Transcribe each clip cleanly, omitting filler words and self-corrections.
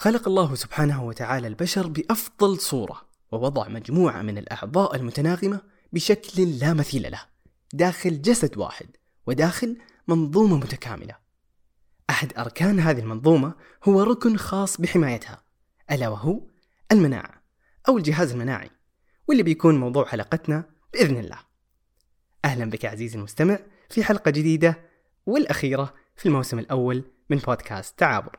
خلق الله سبحانه وتعالى البشر بأفضل صورة، ووضع مجموعة من الأعضاء المتناغمة بشكل لا مثيل له داخل جسد واحد وداخل منظومة متكاملة. أحد أركان هذه المنظومة هو ركن خاص بحمايتها، ألا وهو المناعة أو الجهاز المناعي، واللي بيكون موضوع حلقتنا بإذن الله. أهلا بك عزيزي المستمع في حلقة جديدة والأخيرة في الموسم الأول من بودكاست تعابر.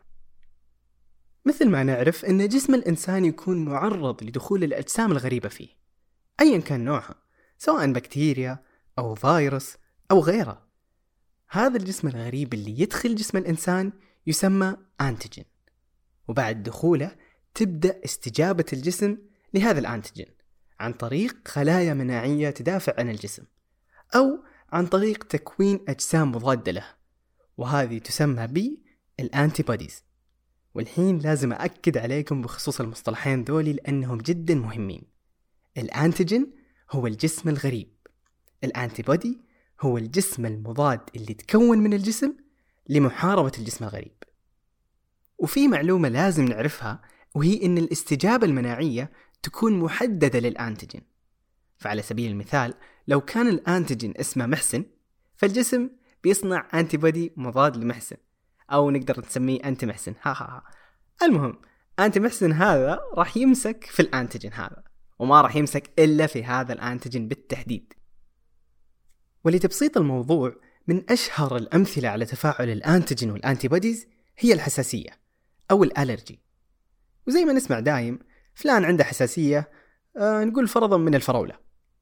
مثل ما نعرف أن جسم الإنسان يكون معرض لدخول الأجسام الغريبة فيه أيا كان نوعها، سواء بكتيريا أو فيروس أو غيره. هذا الجسم الغريب اللي يدخل جسم الإنسان يسمى أنتيجين، وبعد دخوله تبدأ استجابة الجسم لهذا الأنتيجين عن طريق خلايا مناعية تدافع عن الجسم، أو عن طريق تكوين أجسام مضادة له، وهذه تسمى بالأنتيبوديز. والحين لازم أأكد عليكم بخصوص المصطلحين ذولي لأنهم جدا مهمين. الأنتيجين هو الجسم الغريب، الأنتيبودي هو الجسم المضاد اللي تكون من الجسم لمحاربة الجسم الغريب. وفي معلومة لازم نعرفها، وهي إن الاستجابة المناعية تكون محددة للأنتيجين. فعلى سبيل المثال، لو كان الأنتيجين اسمه محسن، فالجسم بيصنع أنتيبودي مضاد لمحسن، أو نقدر نسميه أنتي محسن. المهم، أنتي محسن هذا راح يمسك في الأنتيجين هذا، وما راح يمسك إلا في هذا الأنتيجين بالتحديد. ولتبسيط الموضوع، من أشهر الأمثلة على تفاعل الأنتيجين والأنتيبوديز هي الحساسية أو الألرجي. وزي ما نسمع دايم، فلان عنده حساسية، نقول فرضا من الفراولة.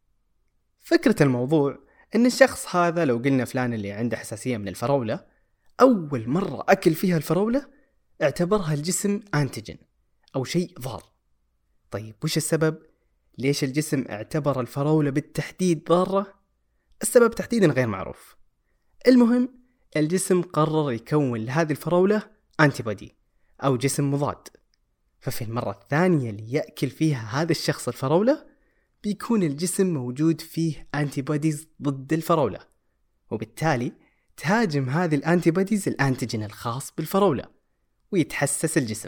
فكرة الموضوع إن الشخص هذا لو قلنا فلان اللي عنده حساسية من الفراولة، أول مرة أكل فيها الفراولة اعتبرها الجسم أنتيجين أو شيء ضار. طيب وش السبب؟ ليش الجسم اعتبر الفراولة بالتحديد ضارة؟ السبب تحديدا غير معروف. المهم، الجسم قرر يكون لهذه الفراولة أنتيبودي أو جسم مضاد. ففي المرة الثانية اللي يأكل فيها هذا الشخص الفراولة، بيكون الجسم موجود فيه أنتيبوديز ضد الفراولة، وبالتالي تهاجم هذه الأنتيبوديز الأنتيجين الخاص بالفراولة ويتحسس الجسم.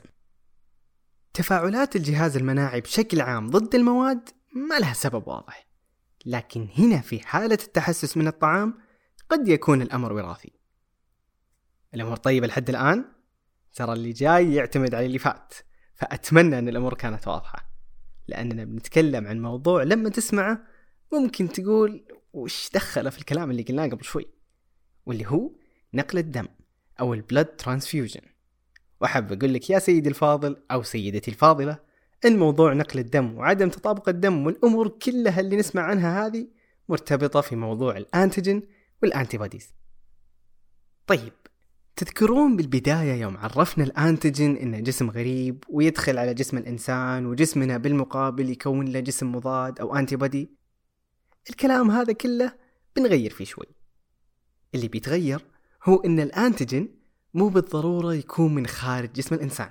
تفاعلات الجهاز المناعي بشكل عام ضد المواد ما لها سبب واضح، لكن هنا في حالة التحسس من الطعام قد يكون الأمر وراثي. الأمر طيب لحد الآن؟ ترى اللي جاي يعتمد على اللي فات، فأتمنى أن الأمور كانت واضحة، لأننا بنتكلم عن موضوع لما تسمعه ممكن تقول وش دخله في الكلام اللي قلناه قبل شوي، واللي هو نقل الدم أو البلد ترانسفيوجن. وأحب أقول لك يا سيدي الفاضل أو سيدتي الفاضلة، إن موضوع نقل الدم وعدم تطابق الدم والأمور كلها اللي نسمع عنها هذه مرتبطة في موضوع الأنتيجين والأنتيبوديز. طيب، تذكرون بالبداية يوم عرفنا الأنتيجين إنه جسم غريب ويدخل على جسم الإنسان، وجسمنا بالمقابل يكون له جسم مضاد أو أنتيبودي؟ الكلام هذا كله بنغير فيه شوي. اللي بيتغير هو إن الأنتيجين مو بالضرورة يكون من خارج جسم الإنسان.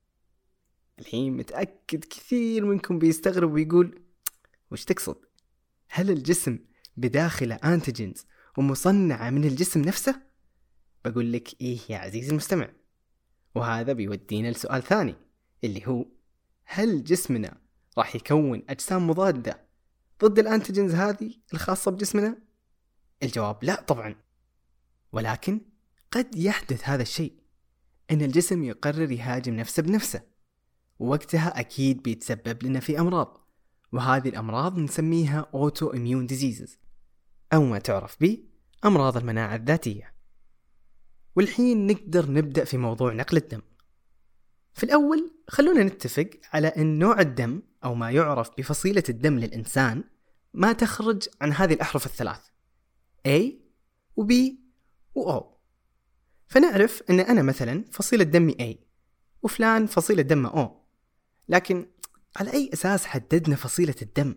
الحين متأكد كثير منكم بيستغرب ويقول وش تقصد؟ هل الجسم بداخله أنتيجينز ومصنعة من الجسم نفسه؟ بقول لك إيه يا عزيزي المستمع، وهذا بيودينا لسؤال ثاني، اللي هو هل جسمنا راح يكون أجسام مضادة ضد الأنتيجينز هذه الخاصة بجسمنا؟ الجواب لا طبعا، ولكن قد يحدث هذا الشيء، إن الجسم يقرر يهاجم نفسه بنفسه، ووقتها أكيد بيتسبب لنا في أمراض، وهذه الأمراض نسميها أوتو إميون ديزيزز، أو ما تعرف به أمراض المناعة الذاتية. والحين نقدر نبدأ في موضوع نقل الدم. في الأول خلونا نتفق على أن نوع الدم أو ما يعرف بفصيلة الدم للإنسان ما تخرج عن هذه الأحرف الثلاث A و B و O. فنعرف أن أنا مثلا فصيلة دمي A، وفلان فصيلة دمه O، لكن على أي أساس حددنا فصيلة الدم؟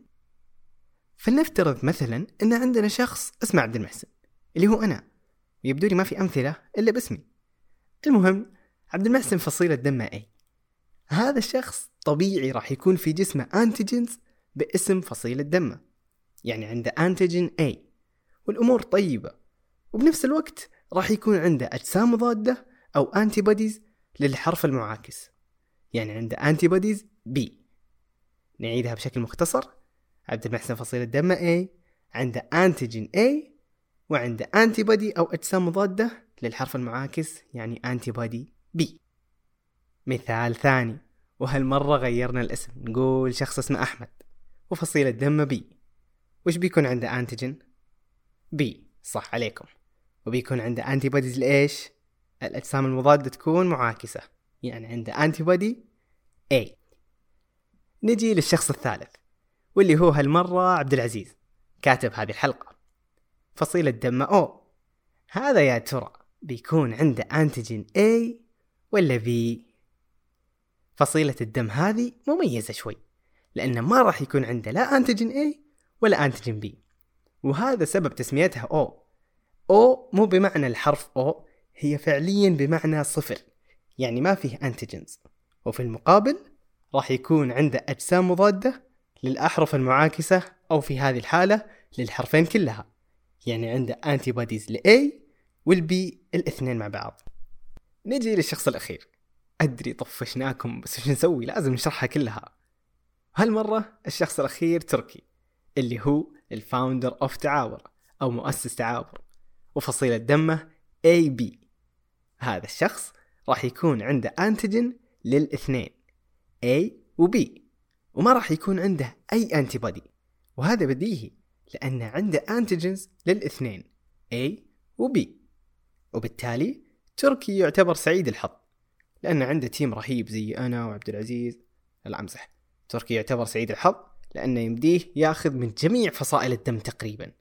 فلنفترض مثلا أن عندنا شخص اسمه عبد المحسن اللي هو أنا، ويبدو لي ما في أمثلة إلا باسمي. المهم، عبد المحسن فصيلة دمه A. هذا الشخص طبيعي راح يكون في جسمه أنتيجينز باسم فصيلة دمه، يعني عنده أنتيجين A، والأمور طيبة، وبنفس الوقت راح يكون عنده أجسام مضادة أو أنتيبوديز للحرف المعاكس، يعني عنده antibodies B. نعيدها بشكل مختصر. عبد المحسن فصيلة دمه A، عنده أنتيجين A، وعنده antibody أو أجسام مضادة للحرف المعاكس يعني antibody B. مثال ثاني، وهالمرة غيرنا الاسم، نقول شخص اسمه أحمد وفصيلة دمه B. وش بيكون عنده أنتيجين؟ B، صح عليكم. وبيكون عنده antibodies لإيش؟ الأجسام المضادة تكون معاكسة، يعني عنده antibody A. نجي للشخص الثالث واللي هو هالمرة عبد العزيز كاتب هذه الحلقة، فصيلة دم O. هذا يا ترى بيكون عنده أنتيجين A ولا B؟ فصيلة الدم هذه مميزة شوي، لأنه ما راح يكون عنده لا أنتيجين A ولا أنتيجين B، وهذا سبب تسميتها O. O مو بمعنى الحرف O، هي فعليا بمعنى صفر، يعني ما فيه أنتيجينز. وفي المقابل راح يكون عنده أجسام مضادة للأحرف المعاكسة، أو في هذه الحالة للحرفين كلها، يعني عنده antibodies ل A والB الاثنين مع بعض. نجي للشخص الأخير. أدري طفشناكم، بس وش نسوي؟ لازم نشرحها كلها. هالمرة الشخص الأخير تركي، اللي هو الفاوندر أوف تعاور أو مؤسس تعاور، وفصيلة دمه AB. هذا الشخص راح يكون عنده أنتيجين للاثنين A و B، وما راح يكون عنده أي أنتيبودي، وهذا بديهي لأنه عنده أنتيجينز للاثنين A و B. وبالتالي تركي يعتبر سعيد الحظ لأنه عنده تيم رهيب زي أنا وعبد العزيز. لا أمزح، تركي يعتبر سعيد الحظ لأنه يمديه ياخذ من جميع فصائل الدم تقريبا.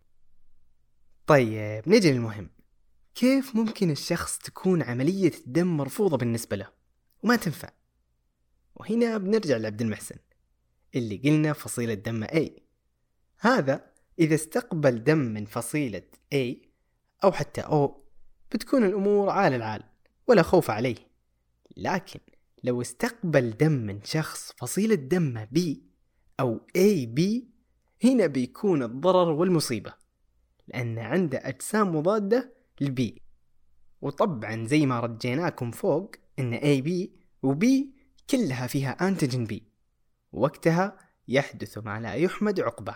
طيب نجي للمهم، كيف ممكن الشخص تكون عملية الدم مرفوضة بالنسبة له وما تنفع؟ وهنا بنرجع لعبد المحسن اللي قلنا فصيلة دم A. هذا إذا استقبل دم من فصيلة A أو حتى O بتكون الأمور عال العال ولا خوف عليه. لكن لو استقبل دم من شخص فصيلة دم B أو AB، هنا بيكون الضرر والمصيبة، لأن عنده أجسام مضادة لB. وطبعا زي ما رجيناكم فوق إن AB و B كلها فيها أنتيجين B، ووقتها يحدث ما لا يحمد عقبه.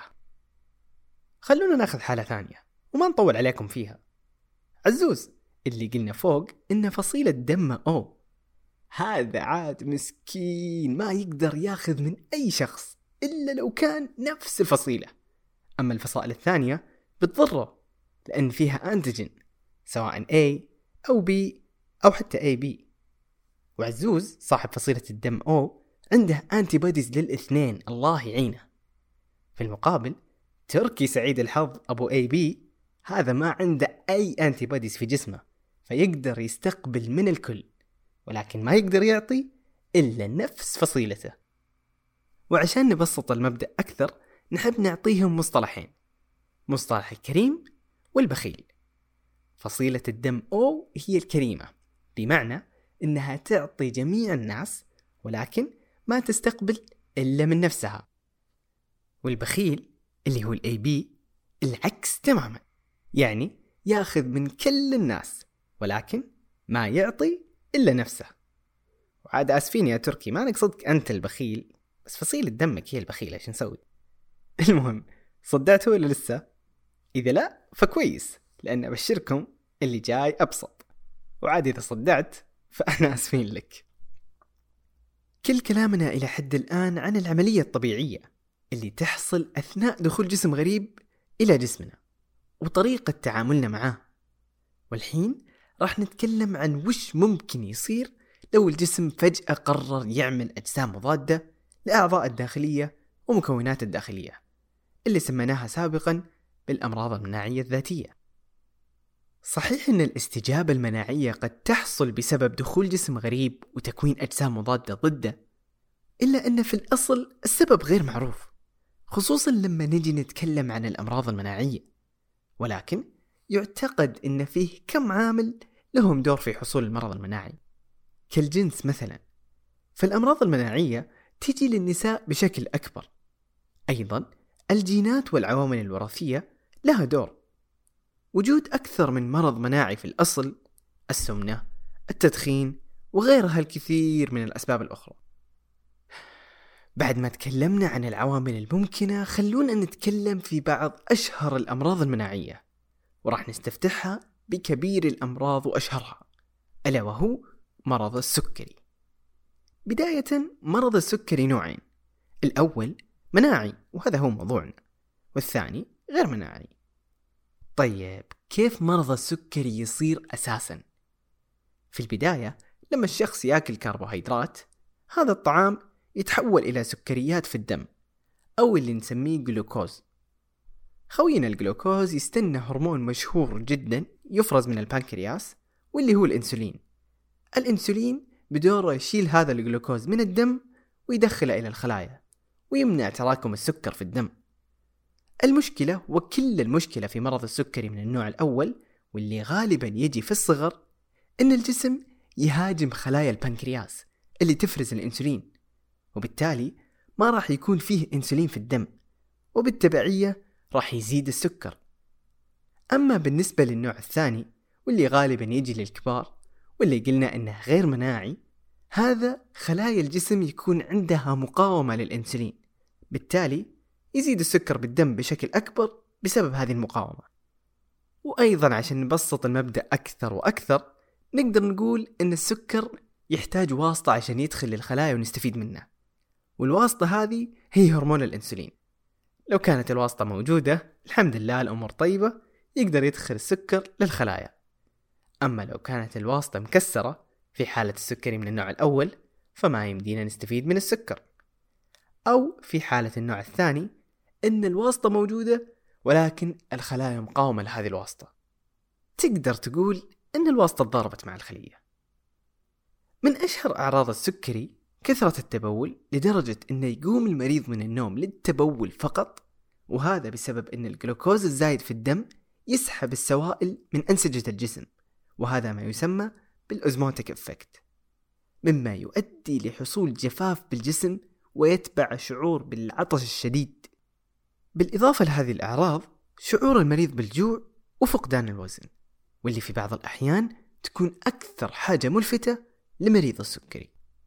خلونا ناخذ حالة ثانية وما نطول عليكم فيها. عزوز اللي قلنا فوق إن فصيلة دم O، هذا عاد مسكين ما يقدر ياخذ من أي شخص إلا لو كان نفس الفصيلة. أما الفصائل الثانية بتضره لأن فيها أنتيجين سواء A أو B أو حتى AB. وعزوز صاحب فصيلة الدم O عنده أنتيبوديز للاثنين، الله يعينه. في المقابل تركي سعيد الحظ أبو AB هذا ما عنده أي أنتيبوديز في جسمه، فيقدر يستقبل من الكل، ولكن ما يقدر يعطي إلا نفس فصيلته. وعشان نبسط المبدأ أكثر نحب نعطيهم مصطلحين، مصطلح الكريم والبخيل. فصيلة الدم O هي الكريمة، بمعنى إنها تعطي جميع الناس ولكن ما تستقبل إلا من نفسها. والبخيل اللي هو AB العكس تماما، يعني ياخذ من كل الناس ولكن ما يعطي إلا نفسه. وعاد آسفين يا تركي، ما نقصدك أنت البخيل، بس فصيلة دمك هي البخيلة، إيش نسوي؟ المهم، صدعته ولا لسه؟ إذا لا فكويس، لأن أبشركم اللي جاي أبسط. وعاد إذا صدعت فأنا آسفين لك. كل كلامنا إلى حد الآن عن العملية الطبيعية اللي تحصل أثناء دخول جسم غريب إلى جسمنا وطريقة تعاملنا معاه. والحين راح نتكلم عن وش ممكن يصير لو الجسم فجأة قرر يعمل أجسام مضادة لأعضاء الداخلية ومكونات الداخلية اللي سميناها سابقا بالأمراض المناعية الذاتية. صحيح أن الاستجابة المناعية قد تحصل بسبب دخول جسم غريب وتكوين أجسام مضادة ضده، إلا أن في الأصل السبب غير معروف، خصوصا لما نجي نتكلم عن الأمراض المناعية. ولكن يعتقد أن فيه كم عامل لهم دور في حصول المرض المناعي، كالجنس مثلا. فالأمراض المناعية تجي للنساء بشكل أكبر. أيضا الجينات والعوامل الوراثية لها دور. وجود أكثر من مرض مناعي في الأصل، السمنة، التدخين، وغيرها الكثير من الأسباب الأخرى، بعد ما تكلمنا عن العوامل الممكنة، خلونا نتكلم في بعض أشهر الأمراض المناعية، وراح نستفتحها بكبير الأمراض وأشهرها، ألا وهو مرض السكري. بداية، مرض السكري نوعين، الأول مناعي وهذا هو موضوعنا، والثاني غير مناعي. طيب كيف مرض السكري يصير أساسا؟ في البداية لما الشخص يأكل كربوهيدرات، هذا الطعام يتحول إلى سكريات في الدم أو اللي نسميه جلوكوز. خوينا الجلوكوز يستنى هرمون مشهور جدا يفرز من البنكرياس واللي هو الأنسولين. الأنسولين بدوره يشيل هذا الجلوكوز من الدم ويدخله إلى الخلايا ويمنع تراكم السكر في الدم. المشكلة وكل المشكلة في مرض السكري من النوع الأول واللي غالبا يجي في الصغر، إن الجسم يهاجم خلايا البنكرياس اللي تفرز الأنسولين، وبالتالي ما راح يكون فيه أنسولين في الدم، وبالتبعية راح يزيد السكر. أما بالنسبة للنوع الثاني واللي غالبا يجي للكبار واللي قلنا إنه غير مناعي، هذا خلايا الجسم يكون عندها مقاومة للأنسولين، بالتالي يزيد السكر بالدم بشكل أكبر بسبب هذه المقاومة. وأيضا عشان نبسط المبدأ أكثر وأكثر، نقدر نقول إن السكر يحتاج واسطة عشان يدخل للخلايا ونستفيد منه، والواسطة هذه هي هرمون الأنسولين. لو كانت الواسطة موجودة الحمد لله الأمور طيبة، يقدر يدخل السكر للخلايا. أما لو كانت الواسطة مكسرة في حالة السكري من النوع الأول، فما يمدينا نستفيد من السكر. أو في حالة النوع الثاني إن الواسطة موجودة ولكن الخلايا مقاومة لهذه الواسطة، تقدر تقول إن الواسطة ضربت مع الخلية. من أشهر أعراض السكري كثرة التبول، لدرجة إنه يقوم المريض من النوم للتبول فقط، وهذا بسبب إن الجلوكوز الزايد في الدم يسحب السوائل من أنسجة الجسم، وهذا ما يسمى بالأوزموتيك إفكت، مما يؤدي لحصول جفاف بالجسم ويتبع شعور بالعطش الشديد. بالإضافة لهذه الأعراض، شعور المريض بالجوع وفقدان الوزن، واللي في بعض الأحيان تكون أكثر حاجة ملفتة لمريض السكري.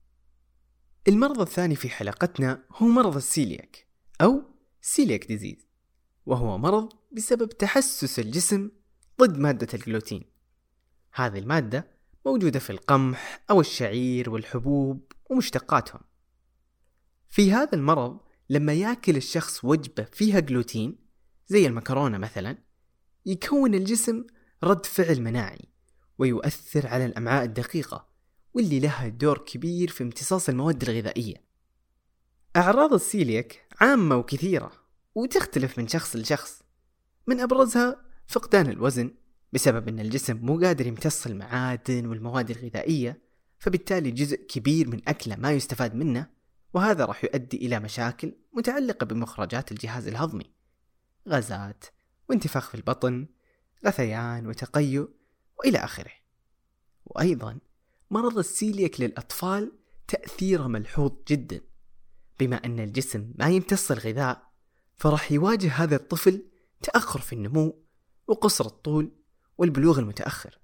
المرض الثاني في حلقتنا هو مرض السيلياك أو سيلياك ديزيز، وهو مرض بسبب تحسس الجسم ضد مادة الجلوتين. هذه المادة موجودة في القمح أو الشعير والحبوب ومشتقاتهم. في هذا المرض لما يأكل الشخص وجبة فيها جلوتين زي المكرونة مثلا، يكون الجسم رد فعل مناعي ويؤثر على الأمعاء الدقيقة، واللي لها دور كبير في امتصاص المواد الغذائية. أعراض السيلياك عامة وكثيرة وتختلف من شخص لشخص، من أبرزها فقدان الوزن بسبب أن الجسم مو قادر يمتص المعادن والمواد الغذائية، فبالتالي جزء كبير من أكله ما يستفاد منه، وهذا راح يؤدي إلى مشاكل متعلقة بمخرجات الجهاز الهضمي، غازات وانتفاخ في البطن، غثيان وتقيؤ وإلى آخره. وأيضا مرض السيلياك للأطفال تأثيره ملحوظ جدا، بما أن الجسم ما يمتص الغذاء، فراح يواجه هذا الطفل تأخر في النمو وقصر الطول والبلوغ المتأخر.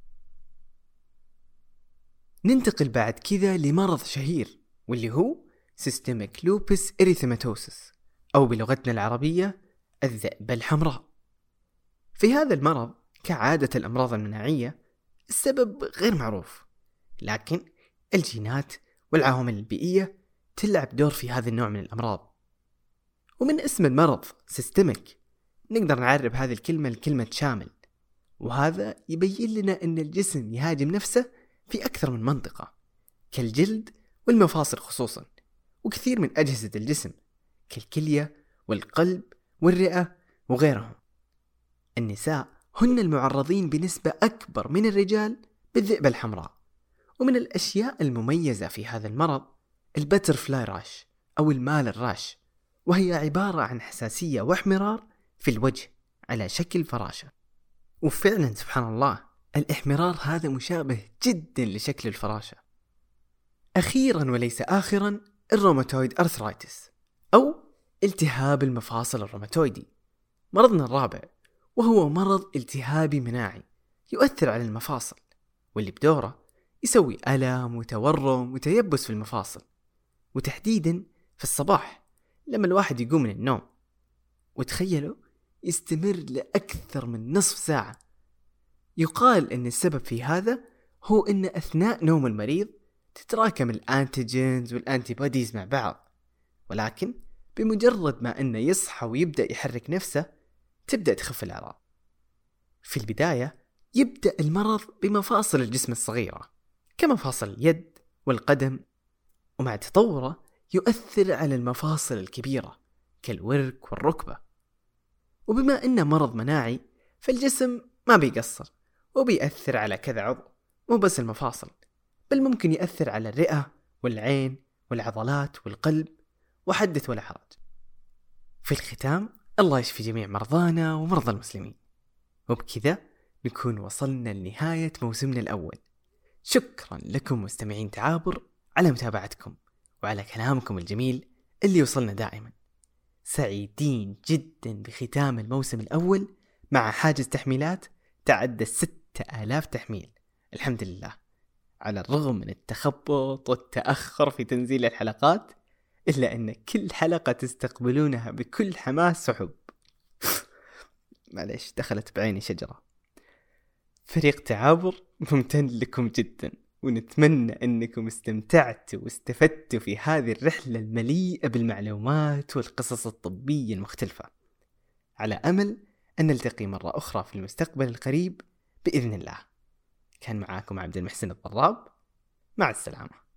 ننتقل بعد كذا لمرض شهير واللي هو Systemic Lupus Erythematosus، أو بلغتنا العربية الذئبة الحمراء. في هذا المرض كعادة الأمراض المناعية السبب غير معروف، لكن الجينات والعوامل البيئية تلعب دور في هذا النوع من الأمراض. ومن اسم المرض سيستميك نقدر نعرب هذه الكلمة لكلمة شامل، وهذا يبين لنا أن الجسم يهاجم نفسه في أكثر من منطقة كالجلد والمفاصل خصوصا، وكثير من أجهزة الجسم كالكلية والقلب والرئة وغيرهم. النساء هن المعرضين بنسبة أكبر من الرجال بالذئبة الحمراء. ومن الأشياء المميزة في هذا المرض البترفلاي راش أو المال الراش، وهي عبارة عن حساسية واحمرار في الوجه على شكل فراشة. وفعلا سبحان الله الاحمرار هذا مشابه جدا لشكل الفراشة. أخيرا وليس آخرا الروماتويد أرثرايتس أو التهاب المفاصل الروماتويدي، مرضنا الرابع، وهو مرض التهابي مناعي يؤثر على المفاصل، واللي بدوره يسوي ألم وتورم وتيبس في المفاصل، وتحديدا في الصباح لما الواحد يقوم من النوم، وتخيلوا يستمر لأكثر من نصف ساعة. يقال أن السبب في هذا هو أن أثناء نوم المريض تتراكم الأنتيجينز والأنتيبوديز مع بعض، ولكن بمجرد ما أنه يصحى ويبدأ يحرك نفسه تبدأ تخف الأعراض. في البداية يبدأ المرض بمفاصل الجسم الصغيرة كمفاصل اليد والقدم، ومع تطوره يؤثر على المفاصل الكبيرة كالورك والركبة. وبما أنه مرض مناعي فالجسم ما بيقصر وبيأثر على كذا عضو، مو بس المفاصل، بل ممكن يأثر على الرئة والعين والعضلات والقلب، وحدث ولا حرج. في الختام الله يشفي جميع مرضانا ومرضى المسلمين. وبكذا نكون وصلنا لنهاية موسمنا الأول. شكرا لكم مستمعين تعابر على متابعتكم وعلى كلامكم الجميل اللي يوصلنا دائما. سعيدين جدا بختام الموسم الأول مع حاجز تحميلات تعدى 6000 تحميل الحمد لله، على الرغم من التخبط والتأخر في تنزيل الحلقات، إلا أن كل حلقة تستقبلونها بكل حماس وحب. معليش دخلت بعيني شجرة. فريق تعابر ممتن لكم جدا، ونتمنى أنكم استمتعتوا واستفدتوا في هذه الرحلة المليئة بالمعلومات والقصص الطبية المختلفة، على أمل أن نلتقي مرة أخرى في المستقبل القريب بإذن الله. كان معاكم عبد المحسن الضراب، مع السلامة.